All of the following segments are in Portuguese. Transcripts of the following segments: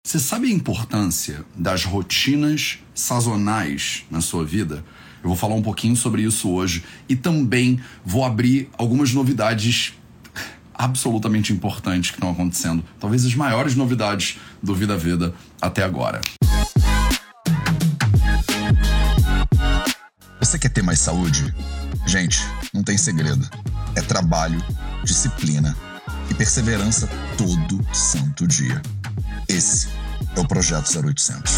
Você sabe a importância das rotinas sazonais na sua vida? Eu vou falar um pouquinho sobre isso hoje e também vou abrir algumas novidades absolutamente importantes que estão acontecendo. Talvez as maiores novidades do Vida Veda até agora. Você quer ter mais saúde? Gente, não tem segredo. É trabalho, disciplina e perseverança todo santo dia. Esse é o Projeto 0800.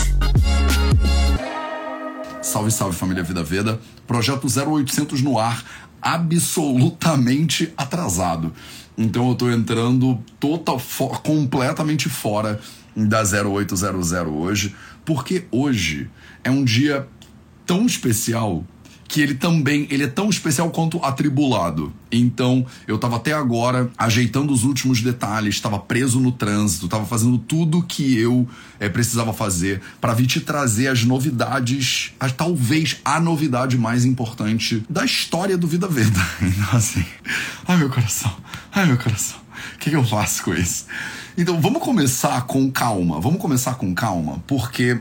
Salve, salve, família Vida Veda. Projeto 0800 no ar, absolutamente atrasado. Então eu tô entrando completamente fora da 0800 hoje, porque hoje é um dia tão especial que ele é tão especial quanto atribulado. Então, eu tava até agora ajeitando os últimos detalhes, tava preso no trânsito, tava fazendo tudo que eu precisava fazer para vir te trazer as novidades, talvez a novidade mais importante da história do Vida Veda. Então, assim, ai meu coração, o que eu faço com isso? Então, vamos começar com calma, porque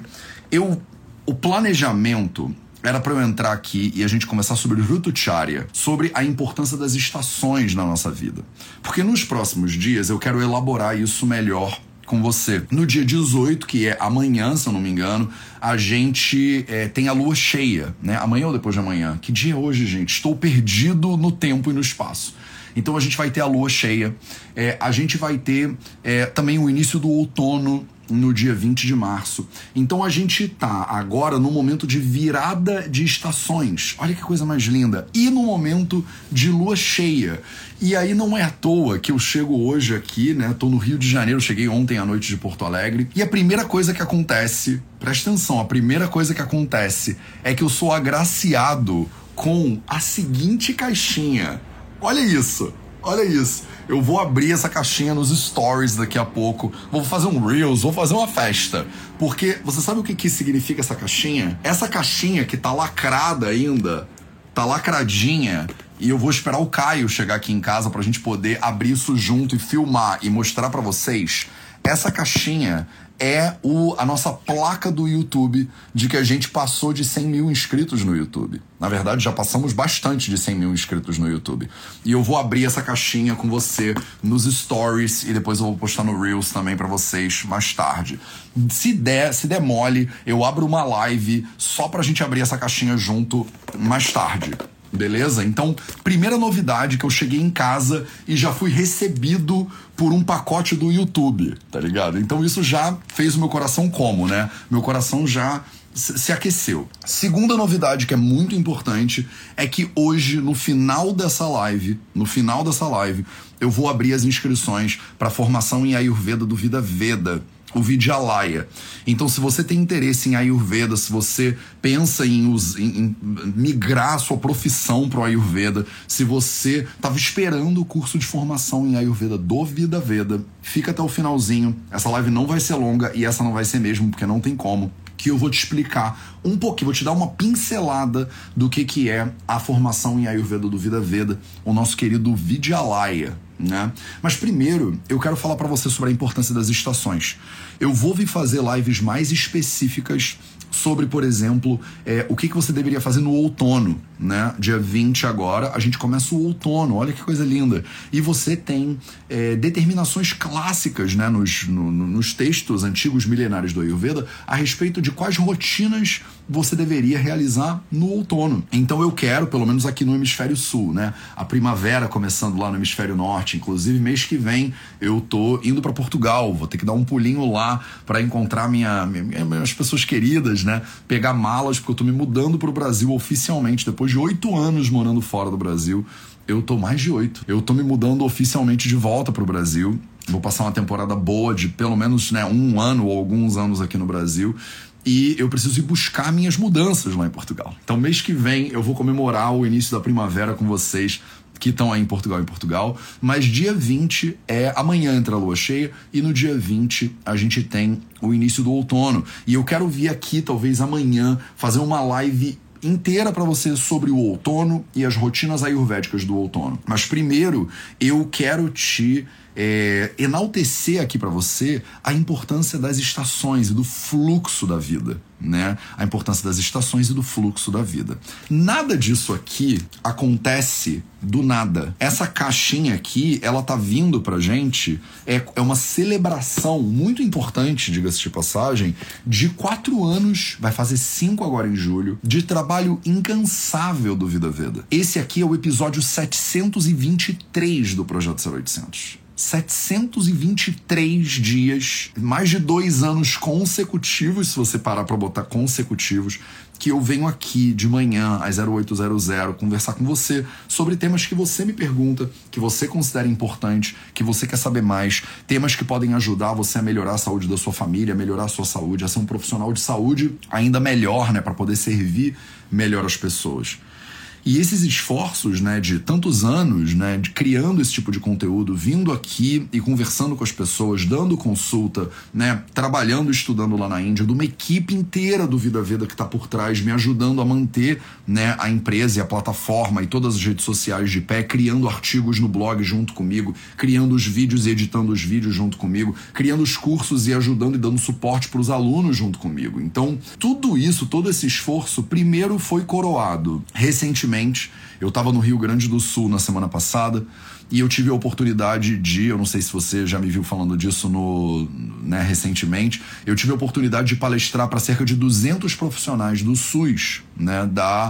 o planejamento era para eu entrar aqui e a gente começar sobre Rutucharya, sobre a importância das estações na nossa vida. Porque nos próximos dias eu quero elaborar isso melhor com você. No dia 18, que é amanhã, se eu não me engano, a gente tem a lua cheia, né? Amanhã ou depois de amanhã? Que dia é hoje, gente? Estou perdido no tempo e no espaço. Então a gente vai ter a lua cheia, a gente vai ter também o início do outono, no dia 20 de março. Então a gente tá agora no momento de virada de estações. Olha que coisa mais linda. E no momento de lua cheia. E aí não é à toa que eu chego hoje aqui, né? Tô no Rio de Janeiro, cheguei ontem à noite de Porto Alegre. E a primeira coisa que acontece, presta atenção, a primeira coisa que acontece é que eu sou agraciado com a seguinte caixinha. Olha isso. Eu vou abrir essa caixinha nos stories daqui a pouco. Vou fazer um Reels, vou fazer uma festa. Porque você sabe o que significa essa caixinha? Essa caixinha que tá lacrada ainda, tá lacradinha. E eu vou esperar o Caio chegar aqui em casa pra gente poder abrir isso junto e filmar e mostrar pra vocês. Essa caixinha é a nossa placa do YouTube de que a gente passou de 100 mil inscritos no YouTube. Na verdade, já passamos bastante de 100 mil inscritos no YouTube. E eu vou abrir essa caixinha com você nos stories e depois eu vou postar no Reels também pra vocês mais tarde. Se der mole, eu abro uma live só pra gente abrir essa caixinha junto mais tarde. Beleza? Então, primeira novidade que eu cheguei em casa e já fui recebido por um pacote do YouTube, tá ligado? Então isso já fez o meu coração como, né? Meu coração já se aqueceu. Segunda novidade que é muito importante é que hoje, no final dessa live, eu vou abrir as inscrições para a formação em Ayurveda do Vida Veda, o Vidyalaya. Então, se você tem interesse em Ayurveda, se você pensa em migrar a sua profissão para o Ayurveda, se você estava esperando o curso de formação em Ayurveda do Vida Veda, fica até o finalzinho. Essa live não vai ser longa e essa não vai ser mesmo, porque não tem como. Que eu vou te explicar um pouquinho, vou te dar uma pincelada do que é a formação em Ayurveda do Vida Veda, o nosso querido Vidyalaya, né? Mas primeiro, eu quero falar para você sobre a importância das estações. Eu vou vir fazer lives mais específicas sobre, por exemplo, o que você deveria fazer no outono, né? Dia 20 agora, a gente começa o outono, olha que coisa linda. E você tem determinações clássicas, né, nos textos antigos milenares do Ayurveda a respeito de quais rotinas você deveria realizar no outono. Então eu quero, pelo menos aqui no hemisfério sul, né, a primavera começando lá no hemisfério norte, inclusive mês que vem eu tô indo para Portugal, vou ter que dar um pulinho lá para encontrar minhas pessoas queridas, né, pegar malas, porque eu tô me mudando pro Brasil oficialmente, depois de 8 anos morando fora do Brasil. Eu tô mais de 8. Eu tô me mudando oficialmente de volta pro Brasil. Vou passar uma temporada boa de pelo menos, né, 1 ano ou alguns anos aqui no Brasil. E eu preciso ir buscar minhas mudanças lá em Portugal. Então, mês que vem, eu vou comemorar o início da primavera com vocês que estão aí em Portugal. Mas dia 20 amanhã entra a lua cheia e no dia 20 a gente tem o início do outono. E eu quero vir aqui, talvez amanhã, fazer uma live inteira para você sobre o outono e as rotinas ayurvédicas do outono. Mas primeiro, eu quero te enaltecer aqui para você a importância das estações e do fluxo da vida, né? A importância das estações e do fluxo da vida. Nada disso aqui acontece do nada. Essa caixinha aqui, ela tá vindo pra gente, é uma celebração muito importante, diga-se de passagem, de 4 anos, vai fazer 5 agora em julho, de trabalho incansável do Vida Veda. Esse aqui é o episódio 723 do Projeto 0800. 723 dias, mais de 2 anos consecutivos, se você parar para botar consecutivos, que eu venho aqui de manhã às 0800 conversar com você sobre temas que você me pergunta, que você considera importante, que você quer saber mais, temas que podem ajudar você a melhorar a saúde da sua família, a melhorar a sua saúde, a ser um profissional de saúde ainda melhor, né, para poder servir melhor as pessoas. E esses esforços, né, de tantos anos, né, de criando esse tipo de conteúdo, vindo aqui e conversando com as pessoas, dando consulta, né, trabalhando e estudando lá na Índia, de uma equipe inteira do Vida Veda que está por trás, me ajudando a manter, né, a empresa e a plataforma e todas as redes sociais de pé, criando artigos no blog junto comigo, criando os vídeos e editando os vídeos junto comigo, criando os cursos e ajudando e dando suporte para os alunos junto comigo. Então, tudo isso, todo esse esforço, primeiro foi coroado recentemente. Eu estava no Rio Grande do Sul na semana passada e eu tive a oportunidade de, eu não sei se você já me viu falando disso recentemente, eu tive a oportunidade de palestrar para cerca de 200 profissionais do SUS, né,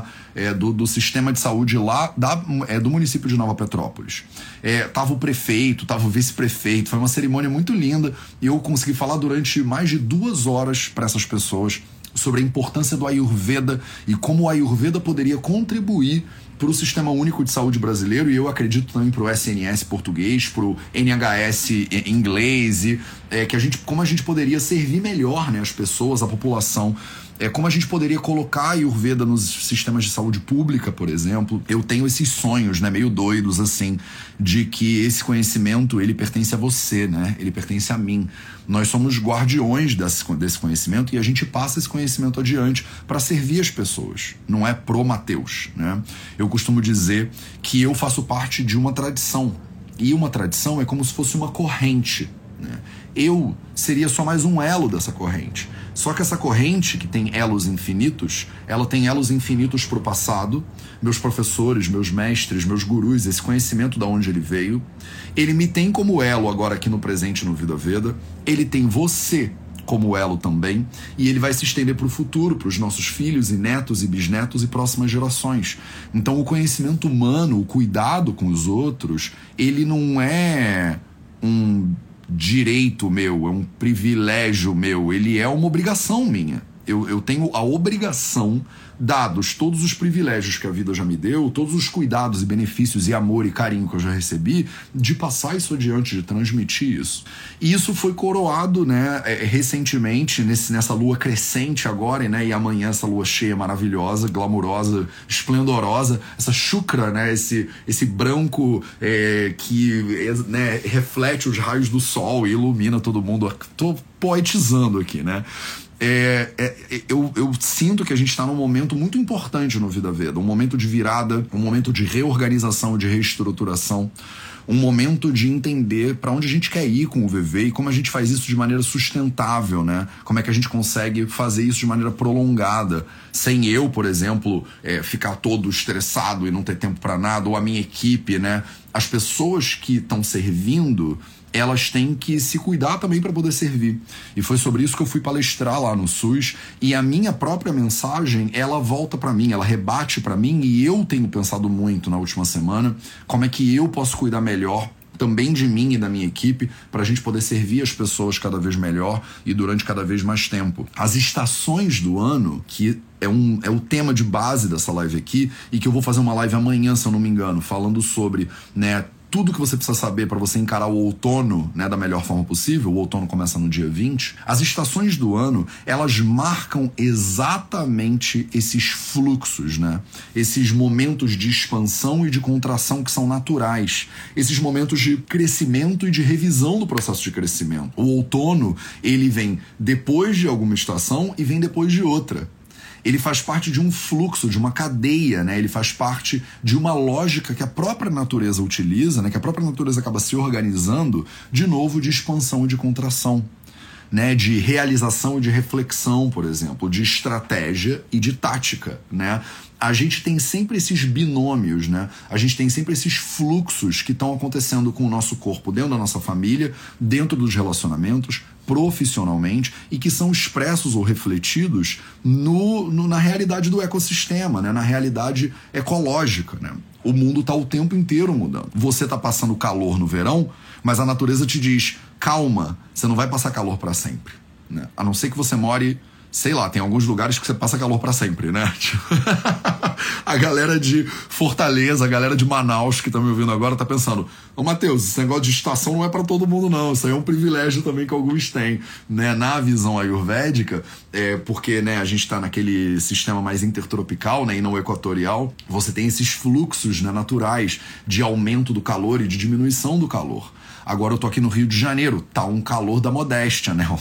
do sistema de saúde lá do município de Nova Petrópolis. Tava o prefeito, tava o vice-prefeito, foi uma cerimônia muito linda e eu consegui falar durante mais de 2 horas para essas pessoas sobre a importância do Ayurveda e como o Ayurveda poderia contribuir para o Sistema Único de Saúde brasileiro, e eu acredito também para o SNS português, para o NHS inglês, e como a gente poderia servir melhor, né, as pessoas, a população, como a gente poderia colocar a Ayurveda nos sistemas de saúde pública, por exemplo. Eu tenho esses sonhos, né, meio doidos, assim, de que esse conhecimento, ele pertence a você, né? Ele pertence a mim. Nós somos guardiões desse conhecimento e a gente passa esse conhecimento adiante para servir as pessoas. Não é pro Mateus, né? Eu costumo dizer que eu faço parte de uma tradição. E uma tradição é como se fosse uma corrente, né? Eu seria só mais um elo dessa corrente. Só que essa corrente, que tem elos infinitos, ela tem elos infinitos para o passado, meus professores, meus mestres, meus gurus, esse conhecimento de onde ele veio. Ele me tem como elo agora aqui no presente, no Vida Veda. Ele tem você como elo também, e ele vai se estender para o futuro, para os nossos filhos e netos e bisnetos e próximas gerações. Então o conhecimento humano, o cuidado com os outros, ele não é um direito meu, é um privilégio meu, ele é uma obrigação minha. Eu tenho a obrigação, dados todos os privilégios que a vida já me deu, todos os cuidados e benefícios e amor e carinho que eu já recebi, de passar isso adiante, de transmitir isso. E isso foi coroado, né, recentemente, nessa lua crescente agora, né, e amanhã essa lua cheia maravilhosa, glamurosa, esplendorosa, essa chukra, né, esse branco que, né, reflete os raios do sol e ilumina todo mundo. Tô poetizando aqui, né? Eu sinto que a gente está num momento muito importante no Vida Veda, um momento de virada, um momento de reorganização, de reestruturação, um momento de entender para onde a gente quer ir com o VV e como a gente faz isso de maneira sustentável, né? Como é que a gente consegue fazer isso de maneira prolongada, sem eu, por exemplo, ficar todo estressado e não ter tempo para nada, ou a minha equipe, né? As pessoas que estão servindo, elas têm que se cuidar também para poder servir. E foi sobre isso que eu fui palestrar lá no SUS, e a minha própria mensagem, ela volta para mim, ela rebate para mim, e eu tenho pensado muito na última semana como é que eu posso cuidar melhor também de mim e da minha equipe, para a gente poder servir as pessoas cada vez melhor e durante cada vez mais tempo. As estações do ano, que é o tema de base dessa live aqui, e que eu vou fazer uma live amanhã, se eu não me engano, falando sobre, né, tudo que você precisa saber para você encarar o outono, né, da melhor forma possível. O outono começa no dia 20. As estações do ano, elas marcam exatamente esses fluxos, né? Esses momentos de expansão e de contração que são naturais. Esses momentos de crescimento e de revisão do processo de crescimento. O outono, ele vem depois de alguma estação e vem depois de outra. ele faz parte de um fluxo, de uma cadeia, né? Ele faz parte de uma lógica que a própria natureza utiliza, né? Que a própria natureza acaba se organizando, de novo, de expansão e de contração, né? De realização e de reflexão, por exemplo, de estratégia e de tática, né? A gente tem sempre esses binômios, né? A gente tem sempre esses fluxos que estão acontecendo com o nosso corpo dentro da nossa família, dentro dos relacionamentos, profissionalmente, e que são expressos ou refletidos na realidade do ecossistema, né? Na realidade ecológica, né? O mundo está o tempo inteiro mudando. Você está passando calor no verão, mas a natureza te diz, calma, você não vai passar calor para sempre, né? A não ser que você more... Sei lá, tem alguns lugares que você passa calor pra sempre, né? A galera de Fortaleza, a galera de Manaus que tá me ouvindo agora tá pensando, ô Matheus, esse negócio de estação não é pra todo mundo não, isso aí é um privilégio também que alguns têm, né? Na visão ayurvédica, porque, né, a gente tá naquele sistema mais intertropical, né, e não equatorial, você tem esses fluxos, né, naturais de aumento do calor e de diminuição do calor. Agora eu tô aqui no Rio de Janeiro, tá um calor da modéstia, né?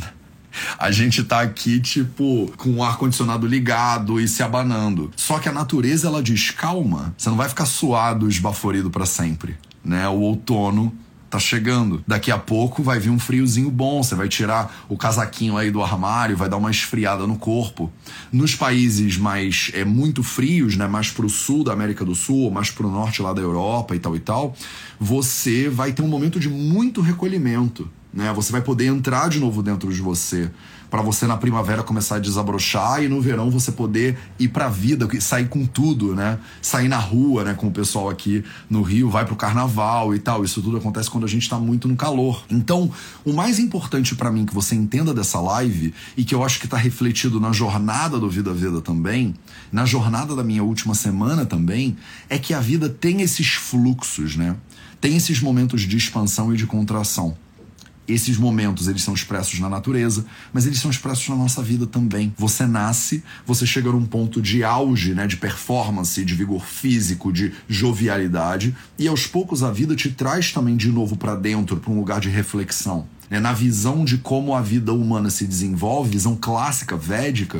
A gente tá aqui, tipo, com o ar-condicionado ligado e se abanando. Só que a natureza, ela diz, calma, você não vai ficar suado, esbaforido pra sempre, né? O outono tá chegando. Daqui a pouco vai vir um friozinho bom, você vai tirar o casaquinho aí do armário, vai dar uma esfriada no corpo. Nos países mais muito frios, né, mais pro sul da América do Sul, ou mais pro norte lá da Europa e tal, você vai ter um momento de muito recolhimento, né? Você vai poder entrar de novo dentro de você, para você na primavera começar a desabrochar e no verão você poder ir pra vida, sair com tudo, né? Sair na rua, né? Com o pessoal aqui no Rio, vai pro carnaval e tal. Isso tudo acontece quando a gente tá muito no calor. Então, o mais importante para mim que você entenda dessa live, e que eu acho que tá refletido na jornada do Vida Veda também, na jornada da minha última semana também, é que a vida tem esses fluxos, né? Tem esses momentos de expansão e de contração. Esses momentos, eles são expressos na natureza, mas eles são expressos na nossa vida também. Você nasce, você chega num ponto de auge, né, de performance, de vigor físico, de jovialidade, e aos poucos a vida te traz também de novo para dentro, para um lugar de reflexão. Na visão de como a vida humana se desenvolve, visão clássica, védica,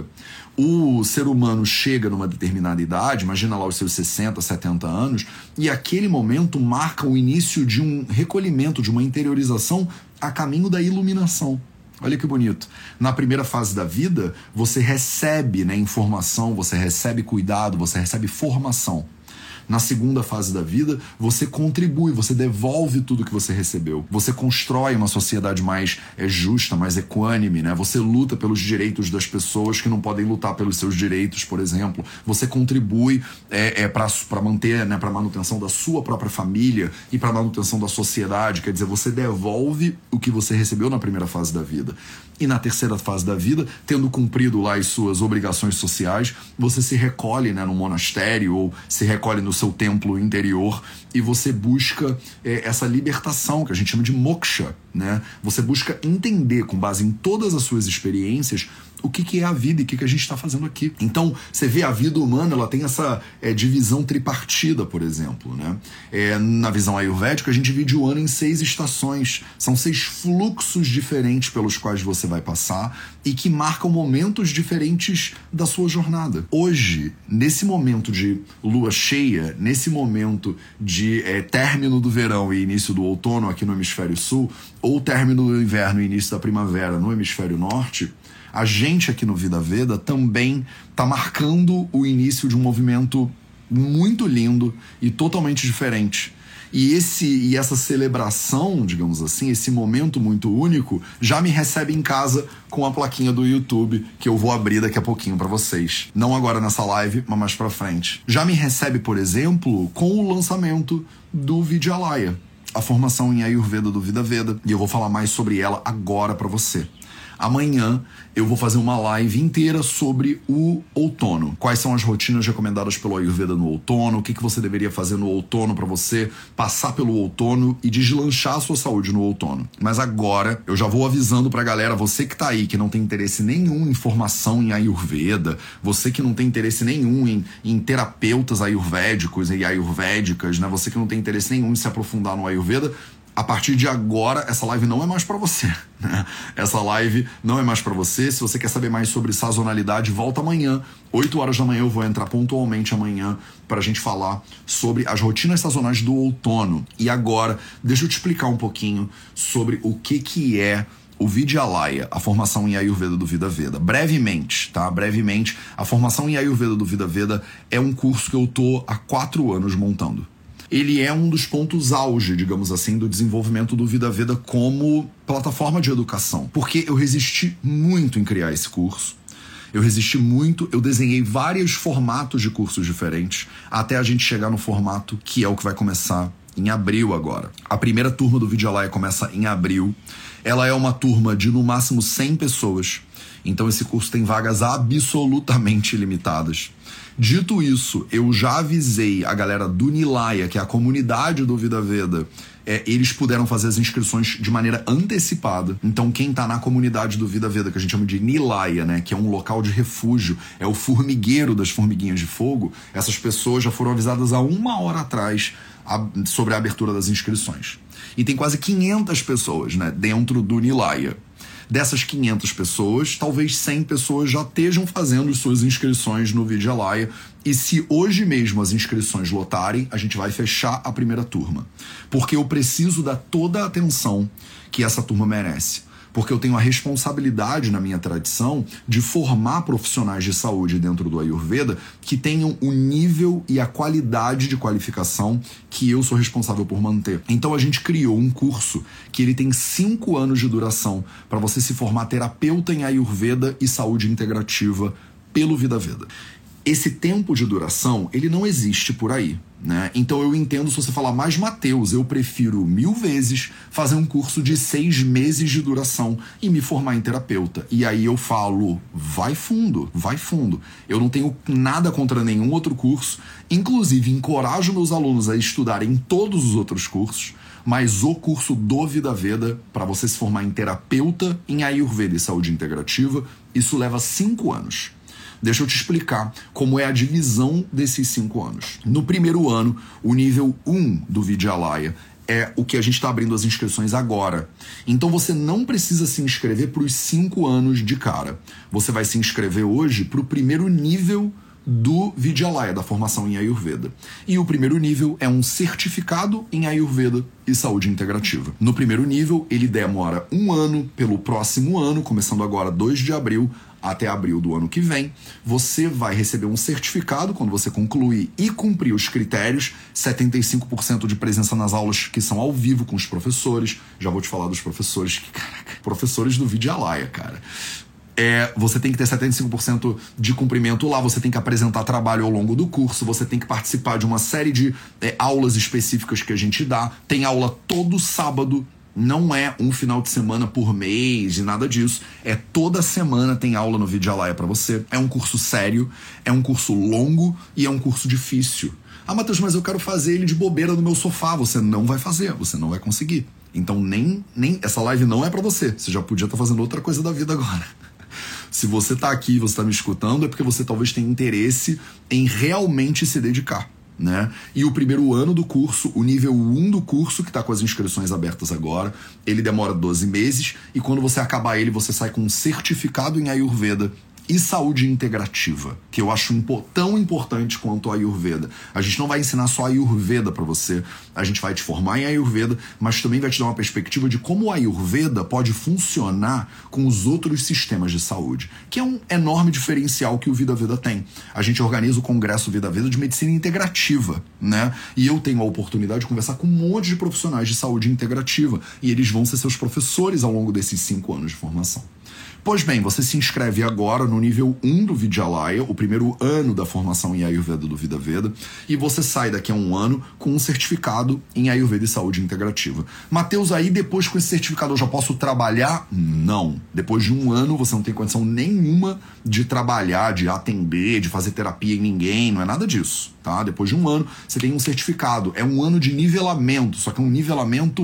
o ser humano chega numa determinada idade, imagina lá os seus 60, 70 anos, e aquele momento marca o início de um recolhimento, de uma interiorização a caminho da iluminação. Olha que bonito. Na primeira fase da vida, você recebe, né, informação, você recebe cuidado, você recebe formação. Na segunda fase da vida, você contribui, você devolve tudo que você recebeu. Você constrói uma sociedade mais justa, mais equânime, né? Você luta pelos direitos das pessoas que não podem lutar pelos seus direitos, por exemplo. Você contribui para manter, né, para manutenção da sua própria família e para manutenção da sociedade. Quer dizer, você devolve o que você recebeu na primeira fase da vida. E na terceira fase da vida, tendo cumprido lá as suas obrigações sociais, você se recolhe, né, no monastério ou se recolhe no seu templo interior e você busca essa libertação que a gente chama de moksha, né? Você busca entender, com base em todas as suas experiências, o que é a vida e o que a gente está fazendo aqui. Então, você vê a vida humana, ela tem essa divisão tripartida, por exemplo, né? Na visão ayurvédica, a gente divide o ano em 6 estações. São 6 fluxos diferentes pelos quais você vai passar e que marcam momentos diferentes da sua jornada. Hoje, nesse momento de lua cheia, nesse momento de término do verão e início do outono aqui no hemisfério sul, ou término do inverno e início da primavera no hemisfério norte, a gente aqui no Vida Veda também está marcando o início de um movimento muito lindo e totalmente diferente. E essa celebração, digamos assim, esse momento muito único, já me recebe em casa com a plaquinha do YouTube, que eu vou abrir daqui a pouquinho para vocês. Não agora nessa live, mas mais para frente. Já me recebe, por exemplo, com o lançamento do Vidyalaya, a formação em Ayurveda do Vida Veda. E eu vou falar mais sobre ela agora para você. Amanhã eu vou fazer uma live inteira sobre o outono. Quais são as rotinas recomendadas pelo Ayurveda no outono, o que você deveria fazer no outono para você passar pelo outono e deslanchar a sua saúde no outono. Mas agora eu já vou avisando pra galera, você que tá aí, que não tem interesse nenhum em formação em Ayurveda, você que não tem interesse nenhum em terapeutas ayurvédicos e ayurvédicas, né? Você que não tem interesse nenhum em se aprofundar no Ayurveda, A partir de agora, essa live não é mais pra você, né? Essa live não é mais pra você. Se você quer saber mais sobre sazonalidade, volta amanhã, 8 horas da manhã. Eu vou entrar pontualmente amanhã pra gente falar sobre as rotinas sazonais do outono. E agora, deixa eu te explicar um pouquinho sobre o que é o Vidyalaya, a formação em Ayurveda do Vida Veda. Brevemente, tá? Brevemente, a formação em Ayurveda do Vida Veda é um curso que eu tô há 4 anos montando. Ele é um dos pontos auge, digamos assim, do desenvolvimento do Vida Veda como plataforma de educação. Porque eu resisti muito em criar esse curso. Eu resisti muito, eu desenhei vários formatos de cursos diferentes, até a gente chegar no formato que é o que vai começar em abril agora. A primeira turma do Vidyalaya começa em abril. Ela é uma turma de no máximo 100 pessoas. Então esse curso tem vagas absolutamente limitadas. Dito isso, eu já avisei a galera do Nilaya, que é a comunidade do Vida Veda, eles puderam fazer as inscrições de maneira antecipada. Então quem tá na comunidade do Vida Veda, que a gente chama de Nilaya, né, que é um local de refúgio, é o formigueiro das formiguinhas de fogo, essas pessoas já foram avisadas há 1 hora atrás sobre a abertura das inscrições. E tem quase 500 pessoas, né, dentro do Nilaya. Dessas 500 pessoas, talvez 100 pessoas já estejam fazendo suas inscrições no Vidyalaya. E se hoje mesmo as inscrições lotarem, a gente vai fechar a primeira turma. Porque eu preciso dar toda a atenção que essa turma merece. Porque eu tenho a responsabilidade na minha tradição de formar profissionais de saúde dentro do Ayurveda que tenham o nível e a qualidade de qualificação que eu sou responsável por manter. Então a gente criou um curso que ele tem 5 anos de duração para você se formar terapeuta em Ayurveda e saúde integrativa pelo Vida Veda. Esse tempo de duração, ele não existe por aí, né? Então eu entendo se você falar, mas Matheus, eu prefiro 1000 vezes fazer um curso de 6 meses de duração e me formar em terapeuta. E aí eu falo, vai fundo, vai fundo. Eu não tenho nada contra nenhum outro curso, inclusive encorajo meus alunos a estudarem todos os outros cursos, mas o curso do Vida Veda, para você se formar em terapeuta em Ayurveda e saúde integrativa, isso leva 5 anos. Deixa eu te explicar como é a divisão desses 5 anos. No primeiro ano, o nível 1 do Vidyalaya é o que a gente está abrindo as inscrições agora. Então você não precisa se inscrever para os 5 anos de cara. Você vai se inscrever hoje para o primeiro nível do Vidyalaya, da formação em Ayurveda. E o primeiro nível é um certificado em Ayurveda e saúde integrativa. No primeiro nível, ele demora 1 ano pelo próximo ano, começando agora 2 de abril, até abril do ano que vem. Você vai receber um certificado quando você concluir e cumprir os critérios, 75% de presença nas aulas que são ao vivo com os professores. Já vou te falar dos professores, professores do Vidyalaya, cara. Você tem que ter 75% de cumprimento lá, você tem que apresentar trabalho ao longo do curso, você tem que participar de uma série de aulas específicas que a gente dá. Tem aula todo sábado. Não é um final de semana por mês e nada disso. Toda semana tem aula no Vidyalaya pra você. É um curso sério, é um curso longo e é um curso difícil. Ah, Matheus, mas eu quero fazer ele de bobeira no meu sofá. Você não vai fazer, você não vai conseguir. Então nem essa live não é pra você. Você já podia estar fazendo outra coisa da vida agora. Se você tá aqui e você tá me escutando, é porque você talvez tenha interesse em realmente se dedicar, né? E o primeiro ano do curso, o nível 1 do curso, que está com as inscrições abertas agora, ele demora 12 meses e quando você acabar ele, você sai com um certificado em Ayurveda e saúde integrativa, que eu acho tão importante quanto a Ayurveda. A gente não vai ensinar só a Ayurveda para você, a gente vai te formar em Ayurveda, mas também vai te dar uma perspectiva de como a Ayurveda pode funcionar com os outros sistemas de saúde, que é um enorme diferencial que o Vida Veda tem. A gente organiza o Congresso Vida Veda de Medicina Integrativa, né? E eu tenho a oportunidade de conversar com um monte de profissionais de saúde integrativa, e eles vão ser seus professores ao longo desses 5 anos de formação. Pois bem, você se inscreve agora no nível 1 do Vidyalaya, o primeiro ano da formação em Ayurveda do Vida Veda, e você sai daqui a 1 ano com um certificado em Ayurveda e saúde integrativa. Matheus, aí depois com esse certificado eu já posso trabalhar? Não. Depois de 1 ano você não tem condição nenhuma de trabalhar, de atender, de fazer terapia em ninguém, não é nada disso, tá? Depois de 1 ano você tem um certificado, é 1 ano de nivelamento, só que é um nivelamento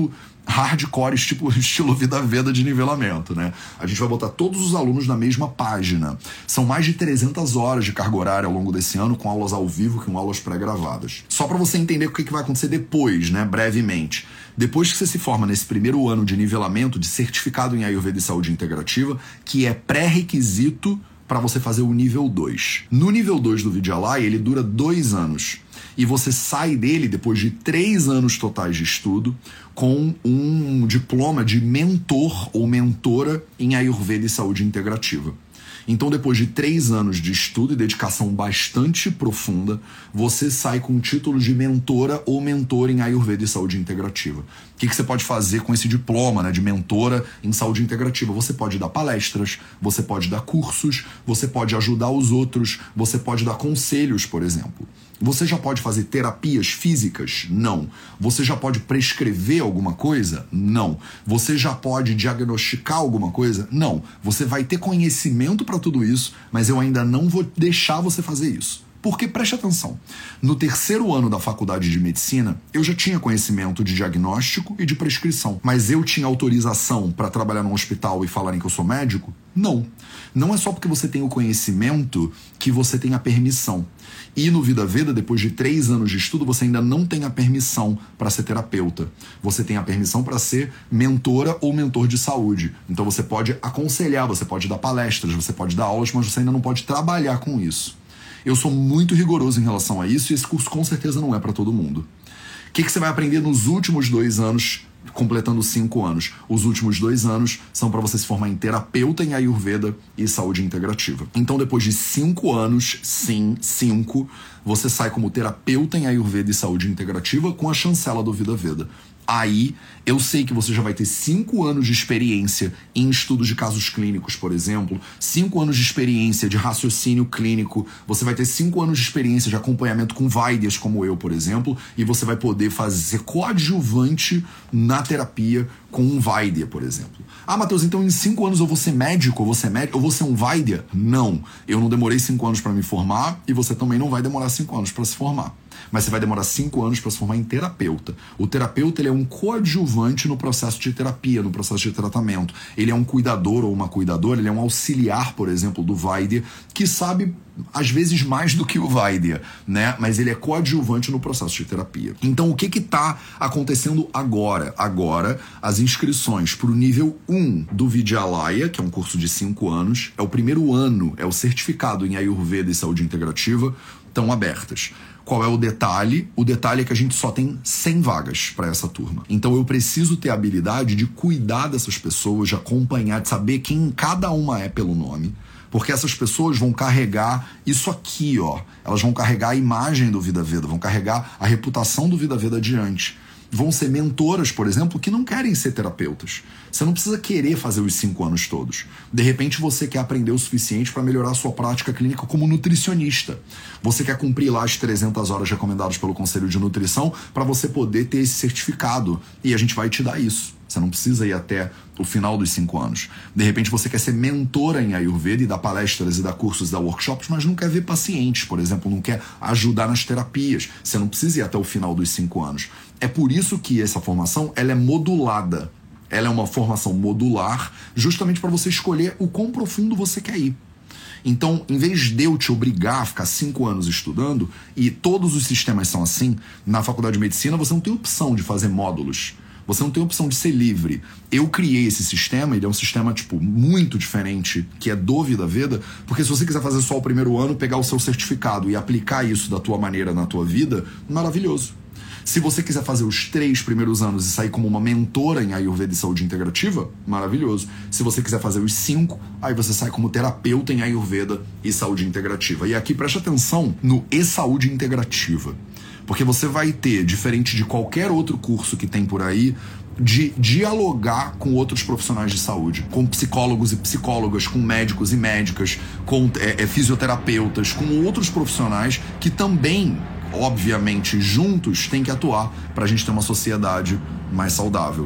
hardcore, estilo Vida Veda de nivelamento, né? A gente vai botar todos os alunos na mesma página. São mais de 300 horas de carga horária ao longo desse ano, com aulas ao vivo, com aulas pré-gravadas. Só para você entender o que vai acontecer depois, né? Brevemente. Depois que você se forma nesse primeiro ano de nivelamento, de certificado em Ayurveda e Saúde Integrativa, que é pré-requisito para você fazer o nível 2. No nível 2 do Vidyalaya, ele dura 2 anos. E você sai dele depois de 3 anos totais de estudo com um diploma de mentor ou mentora em Ayurveda e Saúde Integrativa. Então, depois de 3 anos de estudo e dedicação bastante profunda, você sai com o título de mentora ou mentor em Ayurveda e Saúde Integrativa. O que você pode fazer com esse diploma, né, de mentora em saúde integrativa? Você pode dar palestras, você pode dar cursos, você pode ajudar os outros, você pode dar conselhos, por exemplo. Você já pode fazer terapias físicas? Não. Você já pode prescrever alguma coisa? Não. Você já pode diagnosticar alguma coisa? Não. Você vai ter conhecimento para tudo isso, mas eu ainda não vou deixar você fazer isso. Porque, preste atenção, no 3º ano da faculdade de medicina, eu já tinha conhecimento de diagnóstico e de prescrição. Mas eu tinha autorização para trabalhar num hospital e falarem que eu sou médico? Não. Não é só porque você tem o conhecimento que você tem a permissão. E no Vida Veda, depois de 3 anos de estudo, você ainda não tem a permissão para ser terapeuta. Você tem a permissão para ser mentora ou mentor de saúde. Então você pode aconselhar, você pode dar palestras, você pode dar aulas, mas você ainda não pode trabalhar com isso. Eu sou muito rigoroso em relação a isso e esse curso com certeza não é para todo mundo. O que você vai aprender nos últimos 2 anos, completando 5 anos? Os últimos 2 anos são para você se formar em terapeuta em Ayurveda e Saúde Integrativa. Então, depois de 5 anos, sim, 5, você sai como terapeuta em Ayurveda e Saúde Integrativa com a chancela do Vida Veda. Aí, eu sei que você já vai ter 5 anos de experiência em estudos de casos clínicos, por exemplo, 5 anos de experiência de raciocínio clínico, você vai ter 5 anos de experiência de acompanhamento com Vaidyas, como eu, por exemplo, e você vai poder ser coadjuvante na terapia com um Vaidya, por exemplo. Ah, Matheus, então em 5 anos eu vou ser médico, eu vou ser um Vaidya? Não, eu não demorei 5 anos para me formar e você também não vai demorar 5 anos para se formar. Mas você vai demorar 5 anos para se formar em terapeuta. O terapeuta, ele é um coadjuvante no processo de terapia, no processo de tratamento. Ele é um cuidador ou uma cuidadora, ele é um auxiliar, por exemplo, do Vaidya, que sabe, às vezes, mais do que o Vaidya, né? Mas ele é coadjuvante no processo de terapia. Então, o que está acontecendo agora? Agora, as inscrições para o nível 1 do Vidyalaya, que é um curso de 5 anos, é o primeiro ano, é o certificado em Ayurveda e Saúde Integrativa, estão abertas. Qual é o detalhe? O detalhe é que a gente só tem 100 vagas para essa turma. Então eu preciso ter a habilidade de cuidar dessas pessoas, de acompanhar, de saber quem cada uma é pelo nome. Porque essas pessoas vão carregar isso aqui, ó. Elas vão carregar a imagem do Vida Veda, vão carregar a reputação do Vida Veda adiante. Vão ser mentoras, por exemplo, que não querem ser terapeutas. Você não precisa querer fazer os 5 anos todos. De repente, você quer aprender o suficiente para melhorar a sua prática clínica como nutricionista. Você quer cumprir lá as 300 horas recomendadas pelo Conselho de Nutrição para você poder ter esse certificado. E a gente vai te dar isso. Você não precisa ir até o final dos 5 anos. De repente, você quer ser mentora em Ayurveda e dar palestras e dar cursos e dar workshops, mas não quer ver pacientes, por exemplo, não quer ajudar nas terapias. Você não precisa ir até o final dos 5 anos. É por isso que essa formação ela é modulada. Ela é uma formação modular, justamente para você escolher o quão profundo você quer ir. Então, em vez de eu te obrigar a ficar 5 anos estudando, e todos os sistemas são assim, na faculdade de medicina você não tem opção de fazer módulos. Você não tem opção de ser livre. Eu criei esse sistema, ele é um sistema, muito diferente, que é do Vida Veda, porque se você quiser fazer só o primeiro ano, pegar o seu certificado e aplicar isso da tua maneira na tua vida, maravilhoso. Se você quiser fazer os 3 primeiros anos e sair como uma mentora em Ayurveda e Saúde Integrativa, maravilhoso. Se você quiser fazer os 5, aí você sai como terapeuta em Ayurveda e Saúde Integrativa. E aqui preste atenção no e-saúde integrativa. Porque você vai ter, diferente de qualquer outro curso que tem por aí, de dialogar com outros profissionais de saúde, com psicólogos e psicólogas, com médicos e médicas, com fisioterapeutas, com outros profissionais que também, obviamente, juntos têm que atuar para a gente ter uma sociedade mais saudável.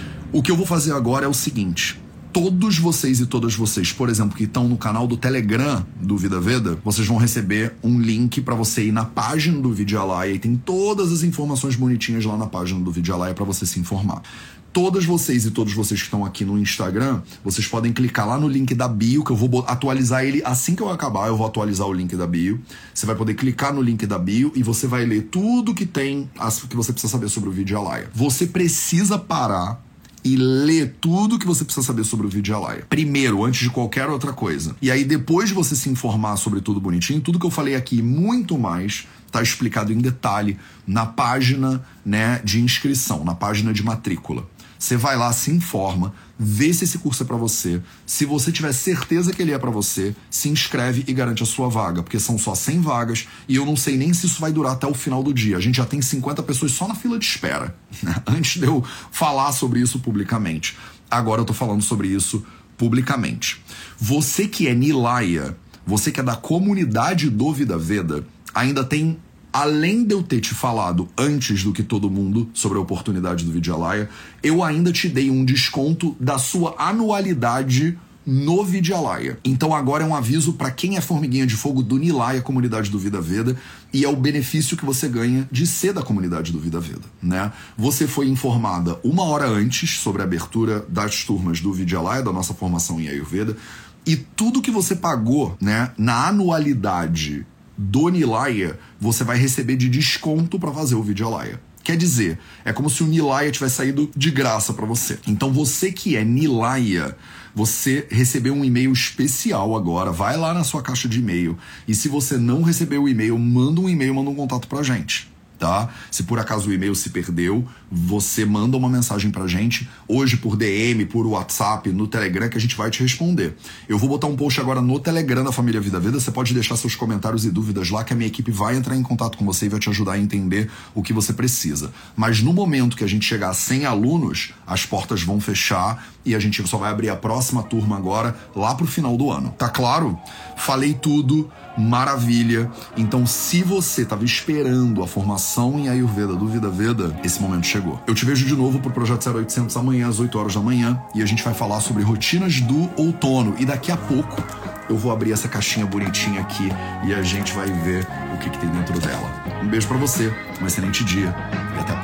O que eu vou fazer agora é o seguinte: todos vocês e todas vocês, por exemplo, que estão no canal do Telegram do Vida Veda, vocês vão receber um link para você ir na página do Vidyalaya e tem todas as informações bonitinhas lá na página do Vidyalaya para você se informar. Todas vocês e todos vocês que estão aqui no Instagram, vocês podem clicar lá no link da bio, que eu vou atualizar ele assim que eu acabar, eu vou atualizar o link da bio. Você vai poder clicar no link da bio e você vai ler tudo que tem, que você precisa saber sobre o Vidyalaya. Você precisa parar e ler tudo que você precisa saber sobre o Vidyalaya. Primeiro, antes de qualquer outra coisa. E aí, depois de você se informar sobre tudo bonitinho, tudo que eu falei aqui e muito mais está explicado em detalhe na página, né, de inscrição, na página de matrícula. Você vai lá, se informa, vê se esse curso é pra você. Se você tiver certeza que ele é pra você, se inscreve e garante a sua vaga, porque são só 100 vagas e eu não sei nem se isso vai durar até o final do dia. A gente já tem 50 pessoas só na fila de espera, né? Antes de eu falar sobre isso publicamente. Agora eu tô falando sobre isso publicamente. Você que é Nilaya, você que é da comunidade do Vida Veda, ainda tem... Além de eu ter te falado antes do que todo mundo sobre a oportunidade do Vidyalaya, eu ainda te dei um desconto da sua anualidade no Vidyalaya. Então agora é um aviso para quem é formiguinha de fogo do Nilaya, comunidade do Vida Veda, e é o benefício que você ganha de ser da comunidade do Vida Veda, né? Você foi informada 1 hora antes sobre a abertura das turmas do Vidyalaya, da nossa formação em Ayurveda, e tudo que você pagou, né, na anualidade do Nilaya, você vai receber de desconto para fazer o Vidyalaya. Quer dizer, é como se o Nilaya tivesse saído de graça para você. Então você que é Nilaya, você recebeu um e-mail especial agora, vai lá na sua caixa de e-mail, e se você não recebeu o e-mail, manda um contato pra gente. Tá? Se por acaso o e-mail se perdeu, você manda uma mensagem pra gente, hoje por DM, por WhatsApp, no Telegram, que a gente vai te responder. Eu vou botar um post agora no Telegram da Família Vida Veda, você pode deixar seus comentários e dúvidas lá, que a minha equipe vai entrar em contato com você e vai te ajudar a entender o que você precisa. Mas no momento que a gente chegar a 100 alunos, as portas vão fechar e a gente só vai abrir a próxima turma agora, lá pro final do ano. Tá claro? Falei tudo, maravilha. Então, se você estava esperando a formação em Ayurveda do Vida Veda, esse momento chegou. Eu te vejo de novo pro Projeto 0800 amanhã, às 8 horas da manhã, e a gente vai falar sobre rotinas do outono. E daqui a pouco eu vou abrir essa caixinha bonitinha aqui e a gente vai ver o que tem dentro dela. Um beijo pra você, um excelente dia e até a próxima.